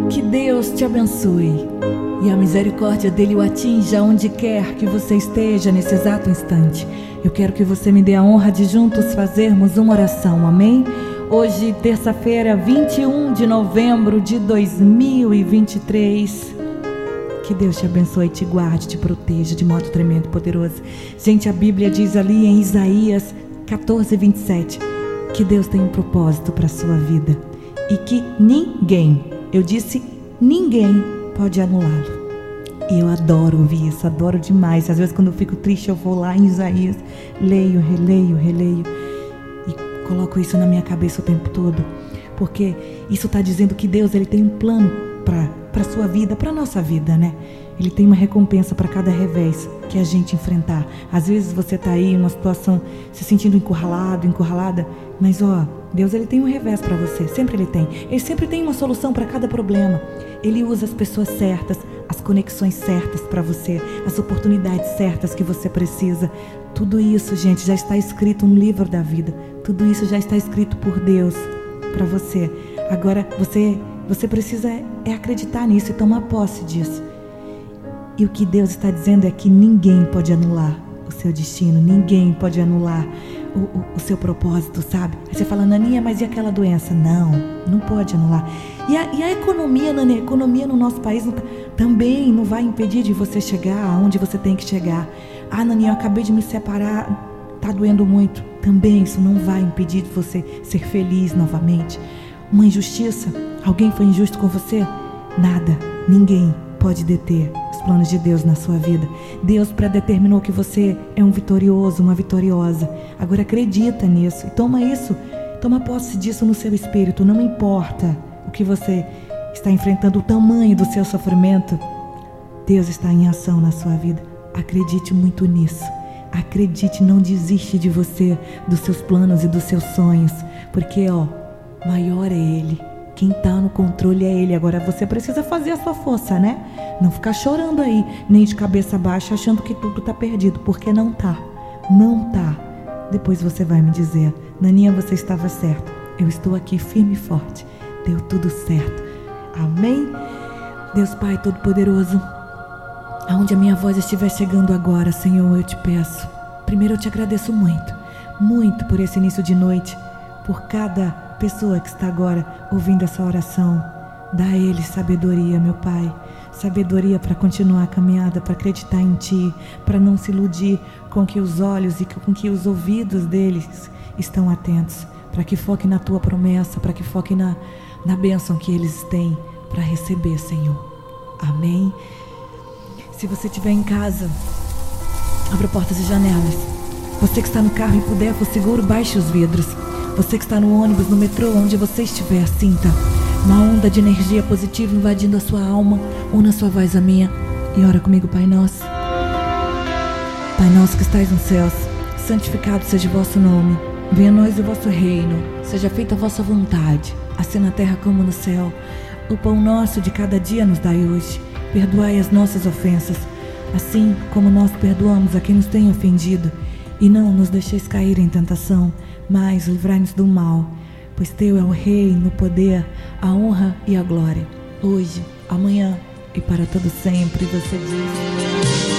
Que Deus te abençoe e a misericórdia dele o atinja onde quer que você esteja nesse exato instante. Eu quero que você me dê a honra de juntos fazermos uma oração, amém? Hoje, terça-feira, 21 de novembro de 2023. Que Deus te abençoe, te guarde, te proteja de modo tremendo e poderoso. Gente, a Bíblia diz ali em Isaías 14, 27, que Deus tem um propósito para a sua vida e que ninguém, eu disse ninguém, pode anulá-lo. E eu adoro ouvir isso, adoro demais. Às vezes quando eu fico triste eu vou lá em Isaías, leio, releio e coloco isso na minha cabeça o tempo todo, porque isso está dizendo que Deus, ele tem um plano para a sua vida, para a nossa vida, né? Ele tem uma recompensa para cada revés que a gente enfrentar. Às vezes você está aí em uma situação se sentindo encurralada, mas Deus, ele tem um revés para você, sempre ele tem. Ele sempre tem uma solução para cada problema. Ele usa as pessoas certas, as conexões certas para você, as oportunidades certas que você precisa. Tudo isso, gente, já está escrito no livro da vida. Tudo isso já está escrito por Deus para você. Agora você precisa acreditar nisso e tomar posse disso. E o que Deus está dizendo é que ninguém pode anular o seu destino, ninguém pode anular o seu propósito, sabe? Aí você fala, Naninha, mas e aquela doença? Não pode anular. E a economia, Naninha, a economia no nosso país também não vai impedir de você chegar aonde você tem que chegar. Naninha, eu acabei de me separar, tá doendo muito. Também isso não vai impedir de você ser feliz novamente. Uma injustiça, alguém foi injusto com você? Nada, ninguém pode deter os planos de Deus na sua vida. Deus predeterminou que você é um vitorioso, uma vitoriosa. Agora acredita nisso e toma posse disso no seu espírito. Não importa o que você está enfrentando, o tamanho do seu sofrimento, Deus está em ação na sua vida. Acredite muito nisso. Acredite, não desiste de você, dos seus planos e dos seus sonhos, porque maior é Ele. Quem está no controle é Ele. Agora você precisa fazer a sua força, né? Não ficar chorando aí, nem de cabeça baixa, achando que tudo está perdido, porque não tá. Não tá. Depois você vai me dizer, Naninha, você estava certa. Eu estou aqui firme e forte. Deu tudo certo. Amém? Deus Pai Todo-Poderoso, aonde a minha voz estiver chegando agora, Senhor, eu te peço. Primeiro eu te agradeço muito, muito por esse início de noite, por cada pessoa que está agora ouvindo essa oração. Dá a eles sabedoria, meu Pai, sabedoria para continuar a caminhada, para acreditar em Ti, para não se iludir com que os olhos e com que os ouvidos deles estão atentos, para que foquem na Tua promessa, para que foquem na bênção que eles têm para receber, Senhor. Amém? Se você estiver em casa, abra portas e janelas. Você que está no carro e puder, por seguro, baixe os vidros. Você que está no ônibus, no metrô, onde você estiver, sinta uma onda de energia positiva invadindo a sua alma. Una sua voz à minha e ora comigo, Pai Nosso. Pai Nosso que estais nos céus, santificado seja o vosso nome. Venha a nós o vosso reino. Seja feita a vossa vontade, assim na terra como no céu. O pão nosso de cada dia nos dai hoje. Perdoai as nossas ofensas, assim como nós perdoamos a quem nos tem ofendido. E não nos deixeis cair em tentação, mas livrai-nos do mal, pois Teu é o reino, o poder, a honra e a glória, hoje, amanhã e para todo sempre. Você diz...